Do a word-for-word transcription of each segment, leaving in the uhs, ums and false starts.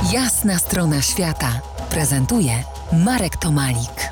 Jasna strona świata prezentuje Marek Tomalik.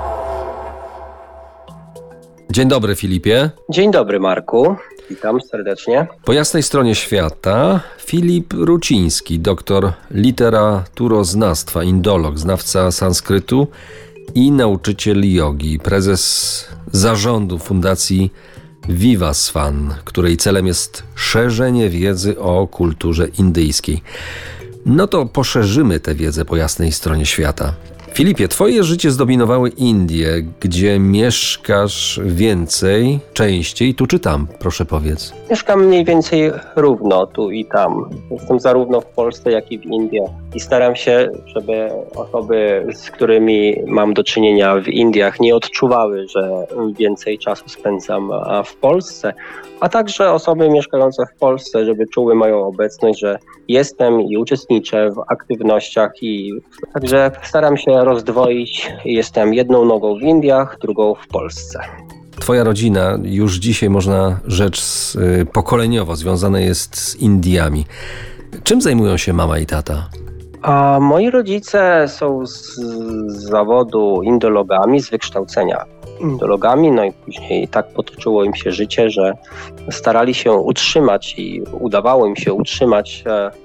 Dzień dobry, Filipie. Dzień dobry, Marku. Witam serdecznie. Po jasnej stronie świata Filip Ruciński, doktor literaturoznawstwa, indolog, znawca sanskrytu i nauczyciel jogi, prezes zarządu Fundacji Vivasvan, której celem jest szerzenie wiedzy o kulturze indyjskiej. No to poszerzymy tę wiedzę po jasnej stronie świata. Filipie, twoje życie zdominowały Indie, gdzie mieszkasz więcej, częściej, tu czy tam, proszę powiedz. Mieszkam mniej więcej równo tu i tam. Jestem zarówno w Polsce, jak i w Indiach. I staram się, żeby osoby, z którymi mam do czynienia w Indiach, nie odczuwały, że więcej czasu spędzam w Polsce, a także osoby mieszkające w Polsce, żeby czuły moją obecność, że jestem i uczestniczę w aktywnościach i także staram się rozdwoić. Jestem jedną nogą w Indiach, drugą w Polsce. Twoja rodzina już dzisiaj, można rzec pokoleniowo, związana jest z Indiami. Czym zajmują się mama i tata? A moi rodzice są z zawodu indologami, z wykształcenia indologami, no i później tak potoczyło im się życie, że starali się utrzymać i udawało im się utrzymać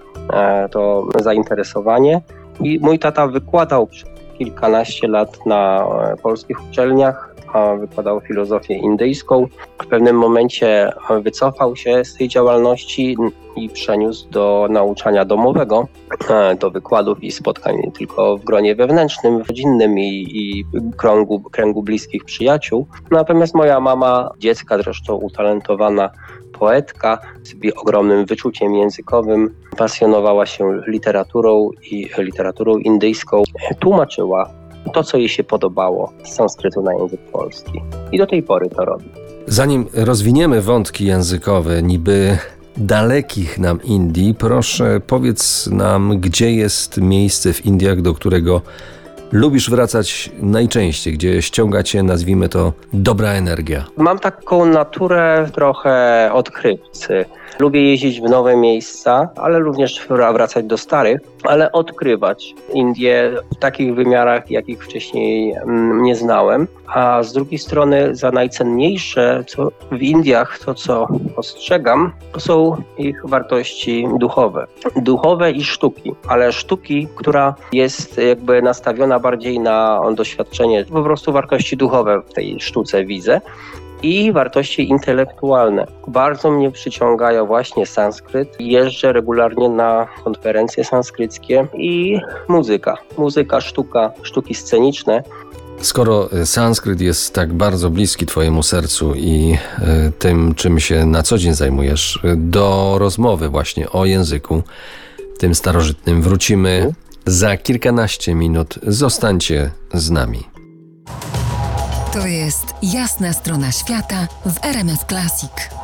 to zainteresowanie. I mój tata wykładał kilkanaście lat na polskich uczelniach, wykładał filozofię indyjską. W pewnym momencie wycofał się z tej działalności i przeniósł do nauczania domowego, do wykładów i spotkań tylko w gronie wewnętrznym, rodzinnym i, i kręgu, kręgu bliskich przyjaciół. Natomiast moja mama, dziecka zresztą utalentowana poetka z ogromnym wyczuciem językowym, pasjonowała się literaturą i literaturą indyjską, tłumaczyła to, co jej się podobało z sanskrytu na język polski. I do tej pory to robi. Zanim rozwiniemy wątki językowe niby dalekich nam Indii, proszę powiedz nam, gdzie jest miejsce w Indiach, do którego lubisz wracać najczęściej, gdzie ściąga cię, nazwijmy to, dobra energia. Mam taką naturę trochę odkrywcy. Lubię jeździć w nowe miejsca, ale również wracać do starych, ale odkrywać Indie w takich wymiarach, jakich wcześniej nie znałem. A z drugiej strony za najcenniejsze co w Indiach, to co postrzegam, to są ich wartości duchowe. Duchowe i sztuki, ale sztuki, która jest jakby nastawiona bardziej na doświadczenie, po prostu wartości duchowe w tej sztuce widzę. I wartości intelektualne. Bardzo mnie przyciągają właśnie sanskryt. Jeżdżę regularnie na konferencje sanskryckie i muzyka. Muzyka, sztuka, sztuki sceniczne. Skoro sanskryt jest tak bardzo bliski twojemu sercu i y, tym, czym się na co dzień zajmujesz, do rozmowy właśnie o języku tym starożytnym wrócimy za kilkanaście minut. Zostańcie z nami. To jest Jasna strona świata w R M F Classic.